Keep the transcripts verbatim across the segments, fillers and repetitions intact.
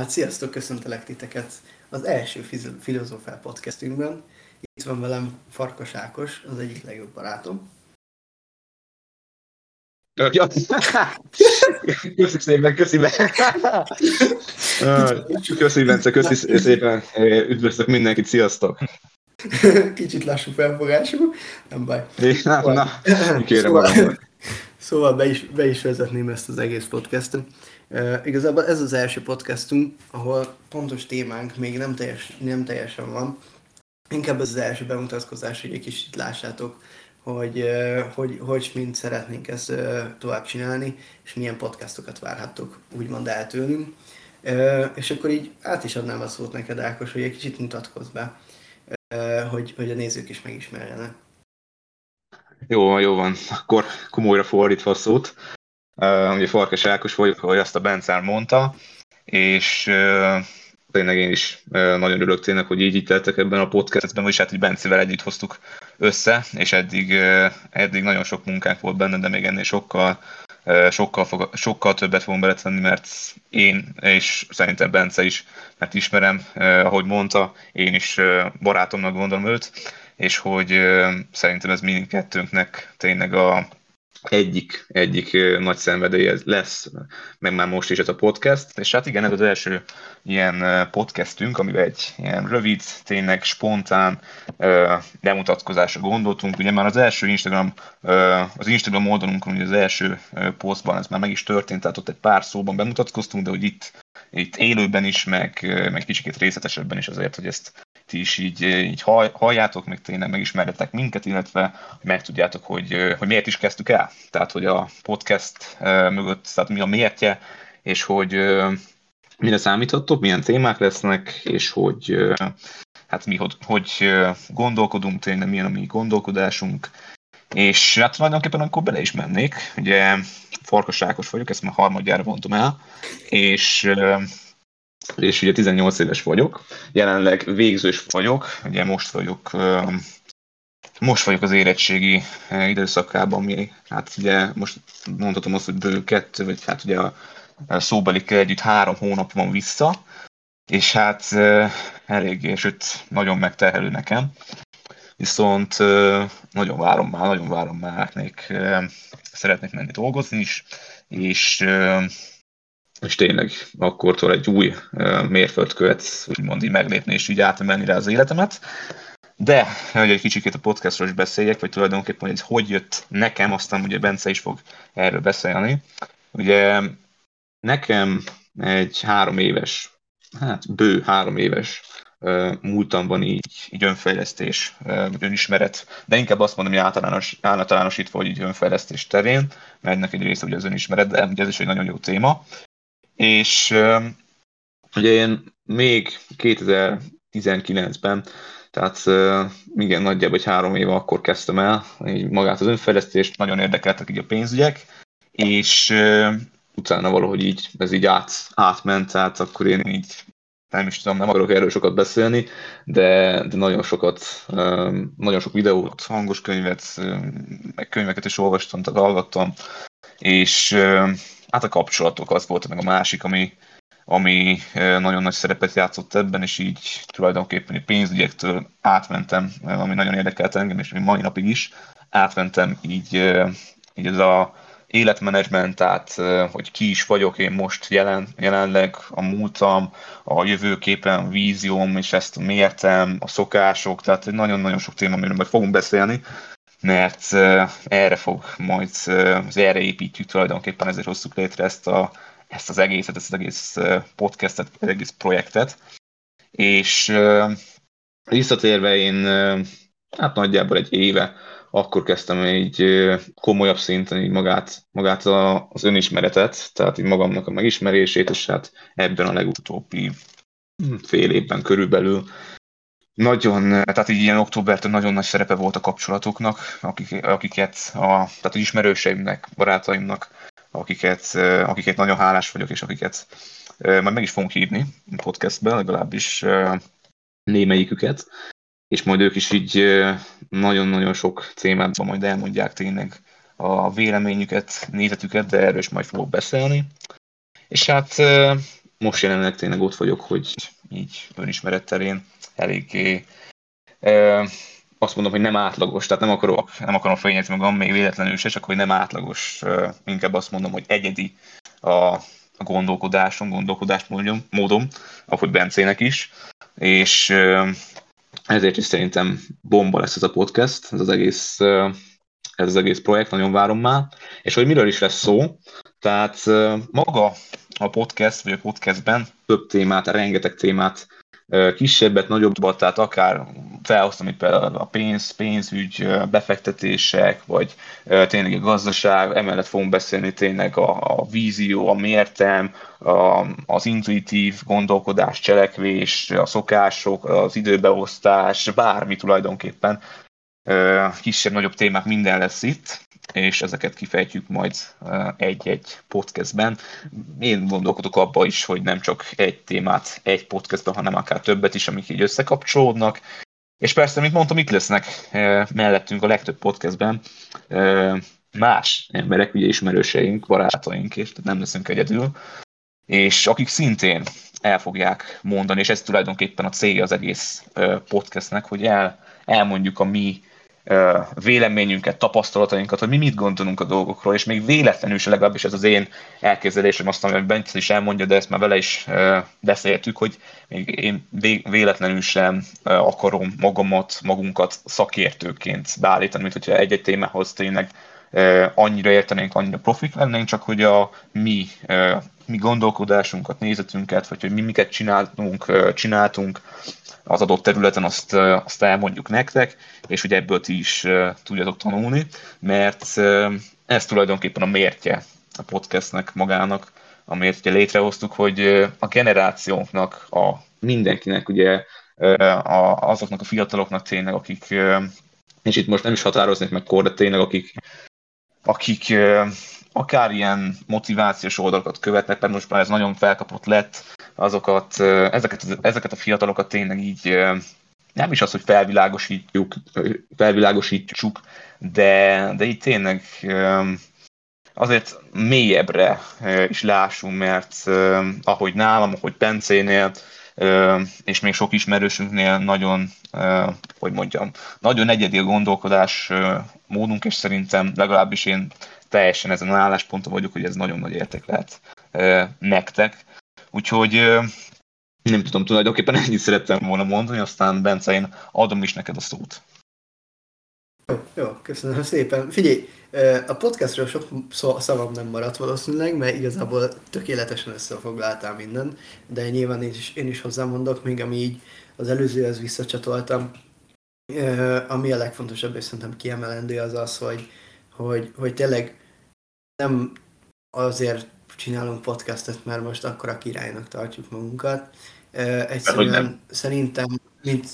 Sziasztok, köszöntelek titeket az első Filozofál podcastünkben. Itt van velem Farkas Ákos, az egyik legjobb barátom. Ja. Köszi szépen, köszi be. Köszi Bence, köszi szépen. Üdvözlök mindenkit, sziasztok. Kicsit lassú felfogású, nem baj. Na, na, kérem magamnak. Szóval be is, be is vezetném ezt az egész podcastot. Uh, igazából ez az első podcastunk, ahol pontos témánk még nem, teljes, nem teljesen van. Inkább ez az első bemutatkozás, hogy egy kicsit lássátok, hogy uh, hogy, hogy mind szeretnénk ezt uh, tovább csinálni, és milyen podcastokat várhattok úgymond el tőlünk. Uh, és akkor így át is adnám a szót neked, Ákos, hogy egy kicsit mutatkozz be, uh, hogy, hogy a nézők is megismerjenek. Jó van, jó van. Akkor komolyra fordítva a szót. Uh, ugye Farkas Ákos vagyok, ahogy azt a Bence mondta, és uh, tényleg én is uh, nagyon örülök tényleg, hogy így itt lettek ebben a podcastben, vagyis hát, hogy Bencével együtt hoztuk össze, és eddig, uh, eddig nagyon sok munkánk volt benne, de még ennél sokkal, uh, sokkal, fog, sokkal többet fogom beletenni, mert én, és szerintem Bence is, mert ismerem, uh, ahogy mondta, én is uh, barátomnak gondolom őt, és hogy uh, szerintem ez mindkettőnknek tényleg a egyik, egyik nagy szenvedélye lesz, meg már most is ez a podcast. És hát igen, ez az első ilyen podcastünk, amiben egy ilyen rövid, tényleg spontán uh, bemutatkozásra gondoltunk. Ugye már az első Instagram, uh, az Instagram oldalunkon, ugye az első uh, posztban ez már meg is történt, tehát ott egy pár szóban bemutatkoztunk, de hogy itt, itt élőben is, meg, meg kicsit részletesebben is azért, hogy ezt ti is így, így halljátok, meg tényleg megismerjetek minket, illetve megtudjátok, hogy, hogy miért is kezdtük el. Tehát, hogy a podcast mögött, tehát mi a miértje, és hogy mire számíthattok, milyen témák lesznek, és hogy hát mi hogy, hogy gondolkodunk, tényleg milyen a mi gondolkodásunk. És hát tulajdonképpen akkor bele is mennék. Ugye Farkas Ákos vagyok, ezt már harmadjára mondtam el, és és ugye tizennyolc éves vagyok, jelenleg végzős vagyok, ugye most vagyok, most vagyok az érettségi időszakában, ami hát ugye most mondhatom azt, hogy bő kettő, vagy hát ugye a szóbelikkel együtt három hónap van vissza, és hát eléggé, sőt nagyon megterhelő nekem, viszont nagyon várom már, nagyon várom már, még szeretnék menni dolgozni is, és és tényleg akkortól egy új uh, mérföldkövet úgymond így meglépni és így átmenni rá az életemet. De, hogy egy kicsikét a podcastról is beszéljek, vagy tulajdonképpen, hogy ez hogy jött nekem, aztán ugye Bence is fog erről beszélni. Ugye nekem egy három éves, hát bő három éves uh, múltamban így, így önfejlesztés, uh, vagy önismeret, de inkább azt mondom, hogy általános, általánosítva, hogy így önfejlesztés terén, mert ennek egy része ugye az önismeret, de ugye ez is egy nagyon jó téma. És uh, ugye én még kétezer-tizenkilencben, tehát uh, igen, nagyjából egy három éve akkor kezdtem el így magát az önfejlesztést, nagyon érdekeltek így a pénzügyek, és uh, utána valahogy így ez így át, átment, tehát akkor én így nem is tudom, nem akarok erről sokat beszélni, de, de nagyon sokat, um, nagyon sok videót, hangos könyvet, um, meg könyveket is olvastam, tehát hallgattam, és uh, hát a kapcsolatok az volt meg a másik, ami, ami nagyon nagy szerepet játszott ebben, és így tulajdonképpen a pénzügyektől átmentem, ami nagyon érdekelt engem, és még mai napig is, átmentem így, így ez a életmenedzsment, tehát hogy ki is vagyok én most jelen, jelenleg, a múltam, a jövőképen, a vízióm, és ezt mértem, a szokások, tehát nagyon-nagyon sok téma, amiről majd fogunk beszélni, mert uh, erre fog majd, uh, az erre építjük tulajdonképpen, ezért hoztuk létre ezt, a, ezt az egészet, ezt az egész uh, podcastet, az egész projektet. És uh, visszatérve én uh, hát nagyjából egy éve akkor kezdtem így uh, komolyabb szinten így magát, magát a, az önismeretet, tehát így magamnak a megismerését, és hát ebben a legutóbbi fél évben körülbelül nagyon, tehát így ilyen októbertől nagyon nagy szerepe volt a kapcsolatoknak, akik, akiket, a, tehát az ismerőseimnek, barátaimnak, akiket, akiket nagyon hálás vagyok, és akiket majd meg is fogunk hívni podcastben, legalábbis némelyiküket, és majd ők is így nagyon-nagyon sok témában majd elmondják tényleg a véleményüket, nézetüket, de erről is majd fogok beszélni. És hát most jelenleg tényleg ott vagyok, hogy így önismeret terén eléggé e, azt mondom, hogy nem átlagos, tehát nem akarok, nem akarom fényezni magam még véletlenül se, csak hogy nem átlagos, e, inkább azt mondom, hogy egyedi a, a gondolkodásom, gondolkodás módom, módom, ahogy Bencének is, és e, ezért is szerintem bomba lesz ez a podcast, ez az egész, e, ez az egész projekt, nagyon várom már, és hogy miről is lesz szó, tehát e, maga a podcast, vagy a podcastben több témát, rengeteg témát, kisebbet, nagyobbat, tehát akár felhoztam itt például a pénz, pénzügy, befektetések, vagy tényleg a gazdaság, emellett fogunk beszélni tényleg a, a vízió, a mértem, a, az intuitív gondolkodás, cselekvés, a szokások, az időbeosztás, bármi tulajdonképpen. Kisebb-nagyobb témák minden lesz itt, és ezeket kifejtjük majd egy-egy podcastben. Én gondolkodok abba is, hogy nem csak egy témát egy podcastben, hanem akár többet is, amik így összekapcsolódnak. És persze, mint mondtam, itt lesznek mellettünk a legtöbb podcastben más emberek, ugye ismerőseink, barátaink, és tehát nem leszünk egyedül, és akik szintén el fogják mondani, és ez tulajdonképpen a célja az egész podcastnek, hogy el, elmondjuk a mi véleményünket, tapasztalatainkat, hogy mi mit gondolunk a dolgokról, és még véletlenül is, legalábbis ez az én elképzelésem, azt, amit Bence is elmondja, de ezt már vele is beszéltük, hogy még én véletlenül sem akarom magamat, magunkat szakértőként beállítani, mint hogyha egy-egy témához tényleg annyira értenénk, annyira profik lennénk, csak hogy a mi, mi gondolkodásunkat, nézetünket, vagy hogy mi miket csináltunk, csináltunk az adott területen, azt, azt elmondjuk nektek, és hogy ebből ti is tudjatok tanulni, mert ez tulajdonképpen a mértje a podcastnek magának, amért ugye létrehoztuk, hogy a generációknak, a mindenkinek, ugye a, azoknak a fiataloknak tényleg, akik, és itt most nem is határoznék meg kor, de tényleg akik, akik akár ilyen motivációs oldalakat követnek, mert most már ez nagyon felkapott lett, azokat, ezeket, ezeket a fiatalokat tényleg így nem is az, hogy felvilágosítjuk, felvilágosítsuk, de, de így tényleg azért mélyebbre is lássunk, mert ahogy nálam, ahogy Bencénél, és még sok ismerősünknél nagyon, hogy mondjam, nagyon egyedi a gondolkodás módunk, és szerintem legalábbis én teljesen ezen az állásponton vagyok, hogy ez nagyon nagy érték lehet nektek. Úgyhogy nem tudom, tulajdonképpen ennyit szerettem volna mondani, aztán Bence, én adom is neked a szót. Jó, jó, köszönöm szépen. Figyelj, a podcastról sok szavam nem maradt valószínűleg, mert igazából tökéletesen összefoglaltál minden, de nyilván én is, én is hozzámondok, még ami így az előzőhez visszacsatoltam. Ami a legfontosabb, és szerintem kiemelendő az az, hogy, hogy, hogy tényleg nem azért csinálunk podcastot, mert most akkora királynak tartjuk magunkat. Egyszerűen szerintem, mint,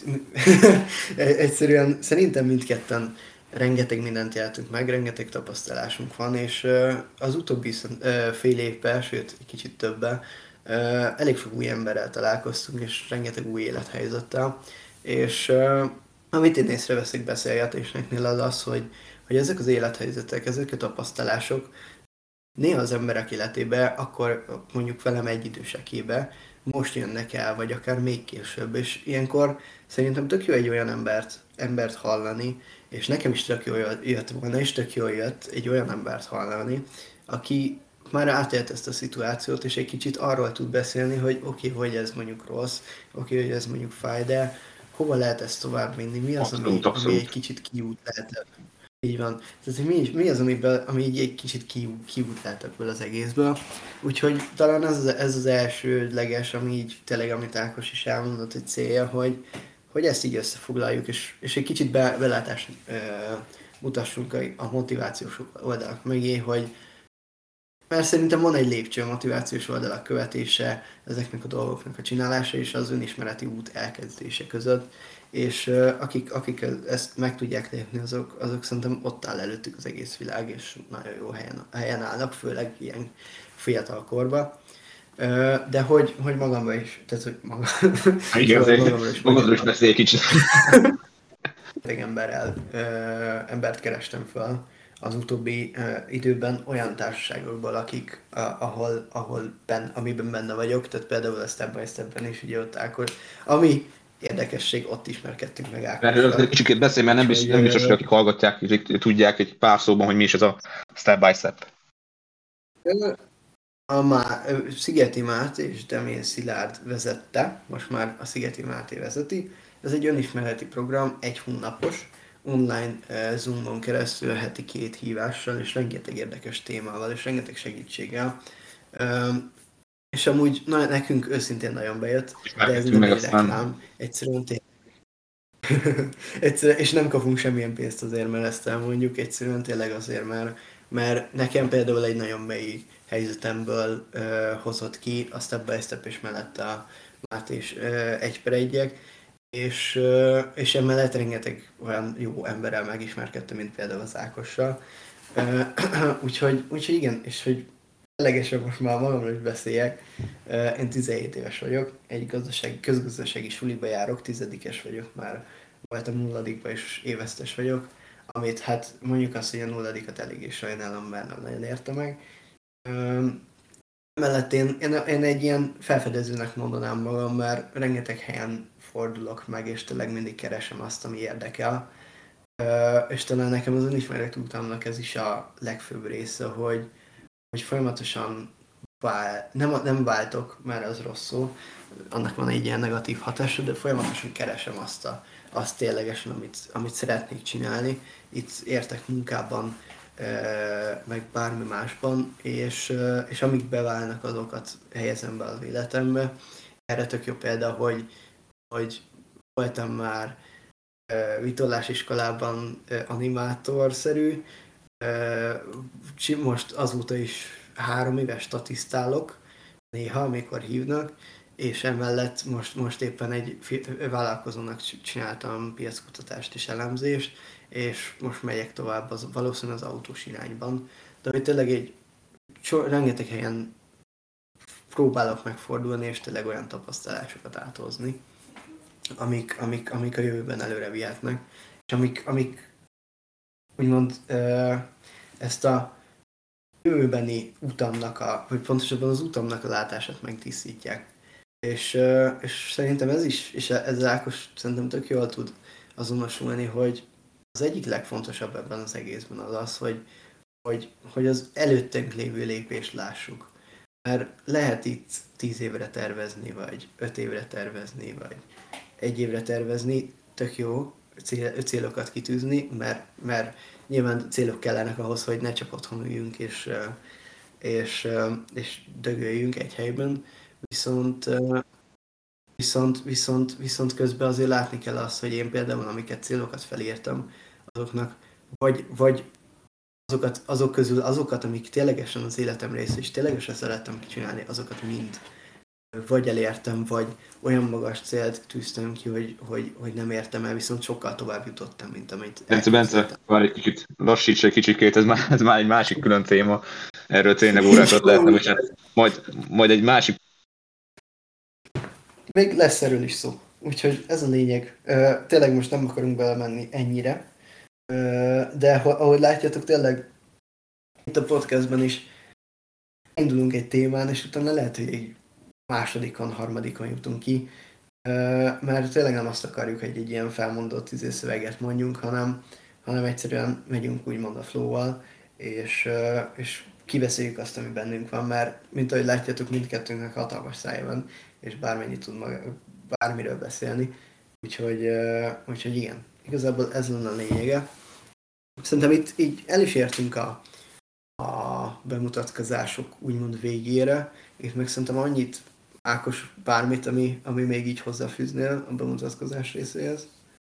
egyszerűen szerintem mindketten rengeteg mindent éltünk meg, rengeteg tapasztalásunk van, és az utóbbi fél évben, sőt egy kicsit többen, elég sok új emberrel találkoztunk, és rengeteg új élethelyzettel. És amit én észreveszek beszélgetésnél az az, hogy, hogy ezek az élethelyzetek, ezek a tapasztalások néha az emberek életébe, akkor mondjuk velem egy idősekébe most jönnek el, vagy akár még később, és ilyenkor szerintem tök jó egy olyan embert, embert hallani, és nekem is tök jó jött volna, és tök jó jött egy olyan embert hallani, aki már átélt ezt a szituációt, és egy kicsit arról tud beszélni, hogy oké, okay, hogy ez mondjuk rossz, oké, okay, hogy ez mondjuk fáj, de hova lehet ezt tovább vinni, mi az, ami, ami egy kicsit kiút lehet. Így van. Tehát mi, mi az, amiben, ami így egy kicsit ki, kiút lehet ebből az egészből. Úgyhogy talán ez az, ez az elsődleges, ami így tényleg, amit Ákos is elmondott, hogy célja, hogy, hogy ezt így összefoglaljuk, és, és egy kicsit be, belátást e, mutassunk a, a motivációs oldalak mögé, hogy mert szerintem van egy lépcső a motivációs oldalak követése, ezeknek a dolgoknak a csinálása és az önismereti út elkezdése között. És uh, akik, akik ezt meg tudják lépni, azok, azok szerintem ott áll előttük az egész világ, és nagyon jó helyen, helyen állnak, főleg ilyen fiatal korban. Uh, de hogy, hogy magamban is, tehát hogy magam, igen, szóval magamról is, magamról is beszélj kicsit. emberrel, uh, embert kerestem fel, az utóbbi uh, időben olyan társaságokból, akik, uh, ahol, ahol ben, amiben benne vagyok, tehát például a Step by Stepben is ugye ott Ákos, ami érdekesség, ott ismerkedtünk meg Erről egy Ákossal. kicsit beszélj, mert nem biztos, Úgyhogy nem biztos, hogy uh, akik hallgatják, hogy tudják egy pár szóban, hogy mi is ez a step by step. a Má, Szigeti Máté és Demén Szilárd vezette, most már a Szigeti Máté vezeti. Ez egy önismereti program, egy hónapos, online uh, Zoomon keresztül heti két hívással, és rengeteg érdekes témával, és rengeteg segítséggel. Um, és amúgy na, nekünk őszintén nagyon bejött, de ez Ismerkedtünk nem meg egy aztán. reklám, egyszerűen tényleg. Egyszerűen, és nem kapunk semmilyen pénzt azért, mert ezt elmondjuk, egyszerűen tényleg azért, mert, mert nekem például egy nagyon mély helyzetemből uh, hozott ki a Step by Step és mellett a Máté és uh, egy per egyek, és, uh, és emellett rengeteg olyan jó emberrel megismerkedtem, mint például az Ákossal. Uh, úgyhogy, úgyhogy igen, és hogy legesen most már magamról is beszéljek. Uh, én tizenhét éves vagyok, egy gazdasági, közgazdasági suliba járok, tizedikes vagyok már, voltam nulladikba és évesztes vagyok, amit hát mondjuk azt, hogy a nulladikat eléggé sajnálom, mert nem nagyon érte meg. Uh, mellett én, én, én egy ilyen felfedezőnek mondanám magam, mert rengeteg helyen fordulok meg, és tényleg mindig keresem azt, ami érdekel. Uh, és talán nekem az önismeret utamnak ez is a legfőbb része, hogy, hogy folyamatosan vál, nem, nem váltok, mert az rossz szó, annak van egy ilyen negatív hatása, de folyamatosan keresem azt, a, azt ténylegesen, amit, amit szeretnék csinálni. Itt értek munkában, meg bármi másban, és, és amik beválnak, azokat helyezem be az életembe. Erre tök jó példa, hogy, hogy voltam már vitorlás iskolában animátorszerű, most azóta is három éves statisztálok, néha, amikor hívnak, és emellett most, most éppen egy vállalkozónak csináltam piackutatást és elemzést, és most megyek tovább az, valószínűleg az autós irányban. De hogy tényleg egy rengeteg helyen próbálok megfordulni, és tényleg olyan tapasztalásokat áthozni, amik, amik, amik a jövőben előre vihetnek, és amik, amik úgymond ezt a jövőbeni utamnak, a, vagy pontosabban az utamnak a látását megtisztítják. És, és szerintem ez is, és ez Ákos szerintem tök jól tud azonosulni, hogy az egyik legfontosabb ebben az egészben az az, hogy, hogy, hogy az előttünk lévő lépést lássuk. Mert lehet itt tíz évre tervezni, vagy öt évre tervezni, vagy egy évre tervezni, tök jó cél, célokat kitűzni, mert, mert nyilván célok kellenek ahhoz, hogy ne csak otthon üljünk és, és, és dögöljünk egy helyben, viszont, viszont, viszont, viszont közben azért látni kell azt, hogy én például, amiket célokat felírtam, azoknak vagy, vagy azokat, azok közül azokat, amik ténylegesen az életem része, és ténylegesen szerettem csinálni, azokat mind vagy elértem, vagy olyan magas célt tűztem ki, hogy, hogy, hogy nem értem el, viszont sokkal tovább jutottam, mint amit Bence, Bence, várj egy kicsit, lassíts egy kicsikét, ez már, ez már egy másik külön téma. Erről tényleg órákat lehetne, hogy majd, majd egy másik... Még lesz erről is szó. Úgyhogy ez a lényeg. Uh, tényleg most nem akarunk belemenni ennyire, uh, de ahogy látjátok, tényleg itt a podcastban is indulunk egy témán, és utána lehet, hogy egy másodikon, harmadikon jutunk ki, mert tényleg nem azt akarjuk, hogy egy ilyen felmondott izé szöveget mondjunk, hanem, hanem egyszerűen megyünk úgymond a flow-val, és, és kibeszéljük azt, ami bennünk van, mert mint ahogy látjátok, mindkettőnknek hatalmas szája van, és bármennyit tud maga, bármiről beszélni, úgyhogy, úgyhogy igen, igazából ez lenne a lényege. Szerintem itt így el is értünk a, a bemutatkozások úgymond végére, itt meg szerintem annyit, Ákos, bármit, ami, ami még így hozzáfűznél a bemutatkozás részéhez?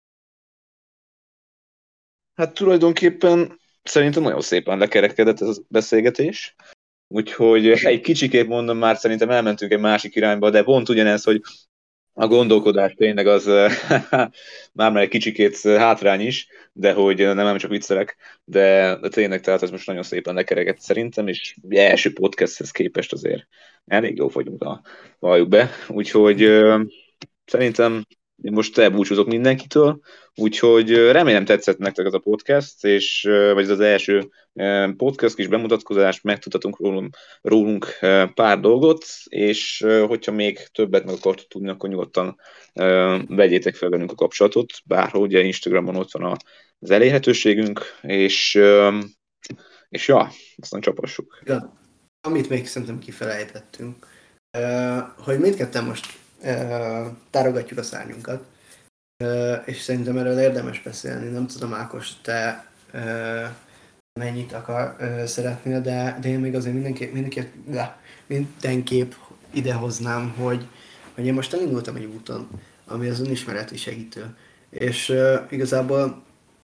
Hát tulajdonképpen szerintem nagyon szépen lekerekedett ez a beszélgetés, úgyhogy egy kicsikét mondom, már szerintem elmentünk egy másik irányba, de pont ugyanez, hogy a gondolkodás tényleg az már már egy kicsikét hátrány is, de hogy nem, nem csak viccelek, de, de tényleg tehát ez most nagyon szépen lekeregett szerintem, és első podcasthez képest azért elég jó vagyunk, a valljuk be, úgyhogy szerintem én most elbúcsúzok mindenkitől, úgyhogy remélem tetszett nektek ez a podcast, és, vagy ez az első podcast kis bemutatkozás, megtudhatunk rólunk, rólunk pár dolgot, és hogyha még többet meg akartok tudni, akkor nyugodtan vegyétek fel velünk a kapcsolatot, bárhol, ugye Instagramon ott van az elérhetőségünk, és, és ja, aztán csapassuk. Ja, amit még szerintem kifelejtettünk, hogy mindketten most tárogatjuk a szárnyunkat, és szerintem erről érdemes beszélni. Nem tudom, Ákos, te mennyit akar szeretnél, de, de én még azért mindenképp, mindenképp, mindenképp idehoznám, hogy, hogy én most elindultam egy úton, ami az önismereti segítő. És uh, igazából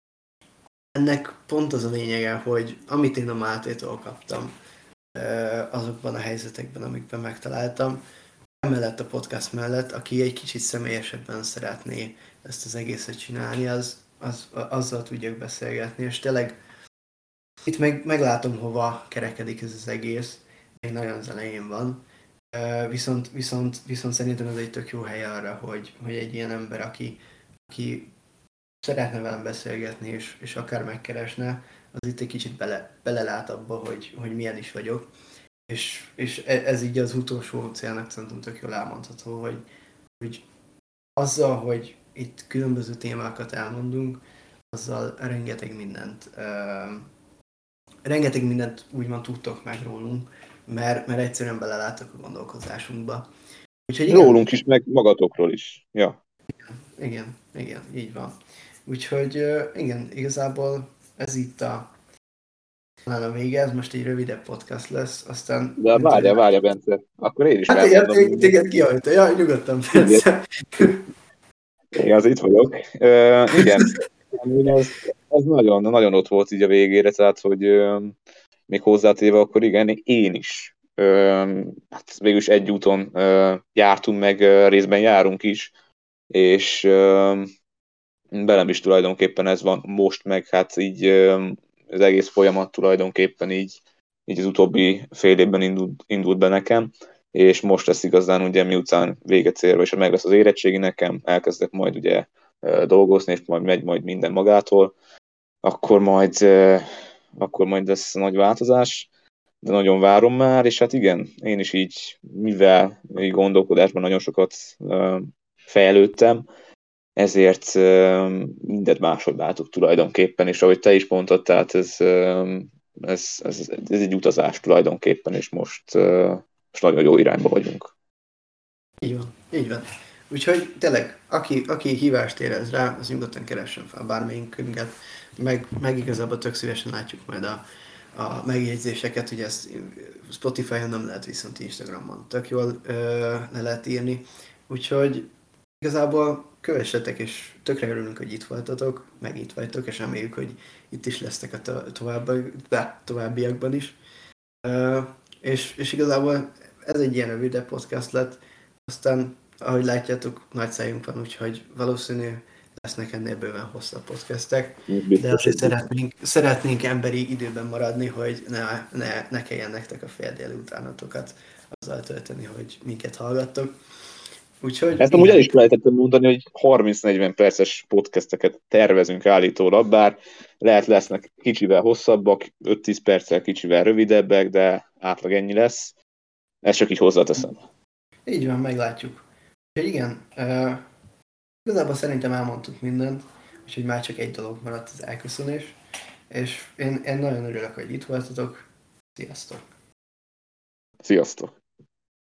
ennek pont az a lényege, hogy amit én a Mátétól kaptam uh, azokban a helyzetekben, amikben megtaláltam, emellett a podcast mellett, aki egy kicsit személyesebben szeretné ezt az egészet csinálni, az, az, azzal tudjak beszélgetni, és tényleg itt meg, meglátom, hova kerekedik ez az egész, még nagyon az elején van, uh, viszont, viszont, viszont szerintem ez egy tök jó hely arra, hogy, hogy egy ilyen ember, aki, aki szeretne velem beszélgetni, és, és akár megkeresne, az itt egy kicsit bele, belelát abba, hogy, hogy milyen is vagyok. És, és ez így az utolsó célnak szerintem tök jól elmondható, hogy, hogy azzal, hogy itt különböző témákat elmondunk, azzal rengeteg mindent, uh, rengeteg mindent úgymond tudtok meg rólunk, mert, mert egyszerűen beleláttok a gondolkozásunkba. Úgyhogy igen, rólunk is, meg magatokról is. Ja. Igen, igen, így van. Úgyhogy igen, igazából ez itt a talán a vége, ez most egy rövidebb podcast lesz, aztán... De várja, várja, Bence, akkor én is hát elmondom. Hát téged kihajta, ja, nyugodtan, persze. Igen, az itt vagyok. Uh, igen, ez, ez nagyon, nagyon ott volt így a végére, tehát, hogy uh, még hozzátéve, akkor igen, én is. Uh, hát végülis egy úton uh, jártunk, meg uh, részben járunk is, és uh, velem is tulajdonképpen ez van most, meg hát így uh, az egész folyamat tulajdonképpen így, így az utóbbi fél évben indult, indult be nekem, és most lesz igazán ugye miután véget érve, és meg lesz az érettségi nekem, elkezdek majd ugye dolgozni, és majd megy majd minden magától, akkor majd, akkor majd lesz nagy változás, de nagyon várom már, és hát igen, én is így, mivel így gondolkodásban nagyon sokat fejlődtem, ezért mindent máshogy látok tulajdonképpen, és ahogy te is mondtad, tehát ez, ez, ez, ez egy utazás tulajdonképpen, és most, most nagyon jó irányba vagyunk. Így van, így van. Úgyhogy tényleg, aki, aki hívást érez rá, az nyugodtan keressen fel bármelyikünket, meg, meg igazából tök szívesen látjuk majd a, a megjegyzéseket, ugye ezt Spotify-on nem lehet, viszont Instagramon tök jól ö, le lehet írni, úgyhogy igazából kövessetek, és tökre örülünk, hogy itt voltatok, meg itt vagytok, és reméljük, hogy itt is lesztek a to- tovább, de továbbiakban is. Uh, és, és igazából ez egy ilyen rövidebb podcast lett, aztán, ahogy látjátok, nagy szájunk van, úgyhogy valószínű lesznek ennél bőven hosszabb podcastek, de azért szeretnénk, szeretnénk emberi időben maradni, hogy ne, ne, ne kelljen nektek a fél délutánotokat azzal tölteni, hogy minket hallgattok. Úgyhogy ezt amúgy el is lehetettem mondani, hogy harminc-negyven perces podcasteket tervezünk állítólag, bár lehet lesznek kicsivel hosszabbak, öt-tíz perccel kicsivel rövidebbek, de átlag ennyi lesz. Ezt csak így hozzáteszem. Így van, meglátjuk. Úgyhogy igen, uh, igazából szerintem elmondtuk mindent, úgyhogy már csak egy dolog maradt, az elköszönés. És én, én nagyon örülök, hogy itt voltatok. Sziasztok! Sziasztok!